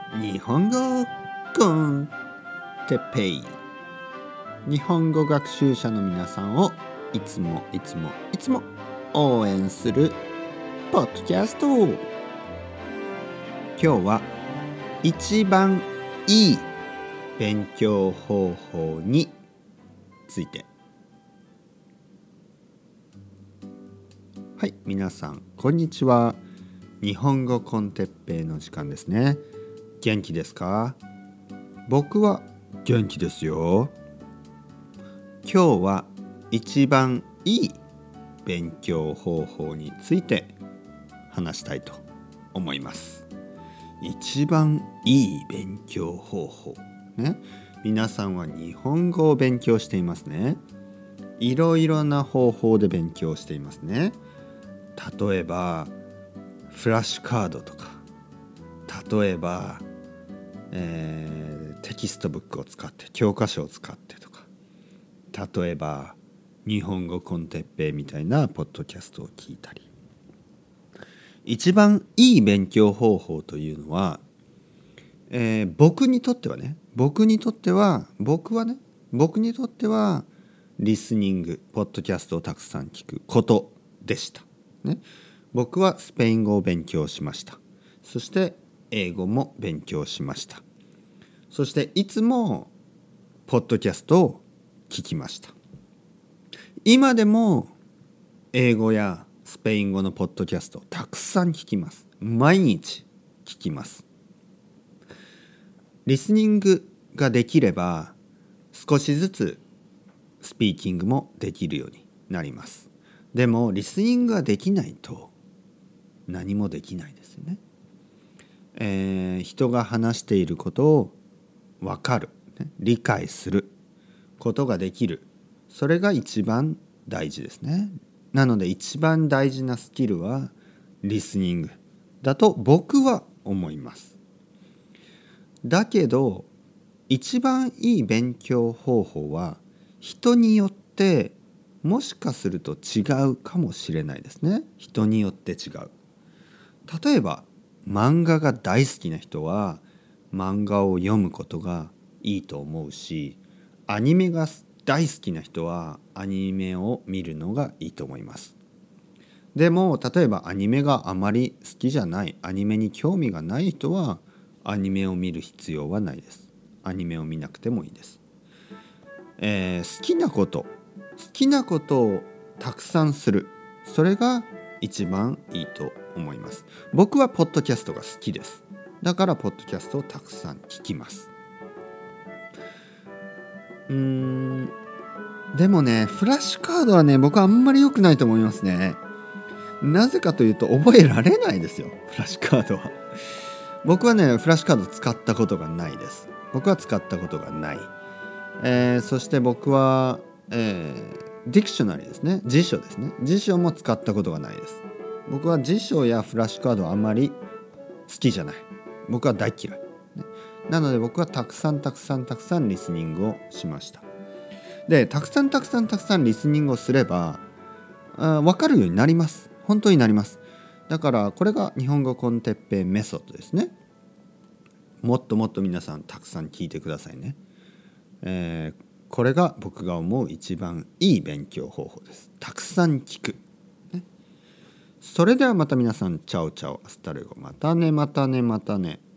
日本語コンテッペイ。日本語学習者の皆さんをいつも応援するポッドキャスト。今日は一番いい勉強方法について。はい、皆さんこんにちは。日本語コンテッペイの時間ですね。元気ですか？僕は元気ですよ。今日は一番いい勉強方法について話したいと思います。一番いい勉強方法ね。皆さんは日本語を勉強していますね。いろいろな方法で勉強していますね。例えばフラッシュカードとか、例えばテキストブックを使って、教科書を使ってとか、例えば日本語コンテッペイみたいなポッドキャストを聞いたり。一番いい勉強方法というのは、僕にとってはリスニング、ポッドキャストをたくさん聞くことでした、ね。僕はスペイン語を勉強しました。そして英語も勉強しました。そしていつもポッドキャストを聞きました。今でも英語やスペイン語のポッドキャストをたくさん聞きます。毎日聞きます。リスニングができれば少しずつスピーキングもできるようになります。でもリスニングができないと何もできないですよね。人が話していることを分かる、理解することができる。それが一番大事ですね。なので一番大事なスキルはリスニングだと僕は思います。だけど一番いい勉強方法は人によってもしかすると違うかもしれないですね。人によって違う。例えば漫画が大好きな人は漫画を読むことがいいと思うし、アニメが大好きな人はアニメを見るのがいいと思います。でも例えばアニメがあまり好きじゃない、アニメに興味がない人はアニメを見る必要はないです。アニメを見なくてもいいです。好きなことをたくさんする、それが一番いいと思います。僕はポッドキャストが好きです。だからポッドキャストをたくさん聞きます。でもね、フラッシュカードはね、僕はあんまり良くないと思いますね。なぜかというと覚えられないですよ、フラッシュカードは。僕はね、フラッシュカード使ったことがないです。僕は使ったことがない。そして僕は、ディクショナリーですね、辞書ですね。辞書も使ったことがないです。僕は辞書やフラッシュカードはあんまり好きじゃない。僕は大嫌い。なので僕はたくさんリスニングをしました。で、たくさんリスニングをすれば分かるようになります。本当になります。だからこれが日本語コンテッペイメソッドですね。もっと皆さんたくさん聞いてくださいね。これが僕が思う一番いい勉強方法です。たくさん聞く、ね。それではまた皆さん、チャオチャオ、アスタルゴ、またね。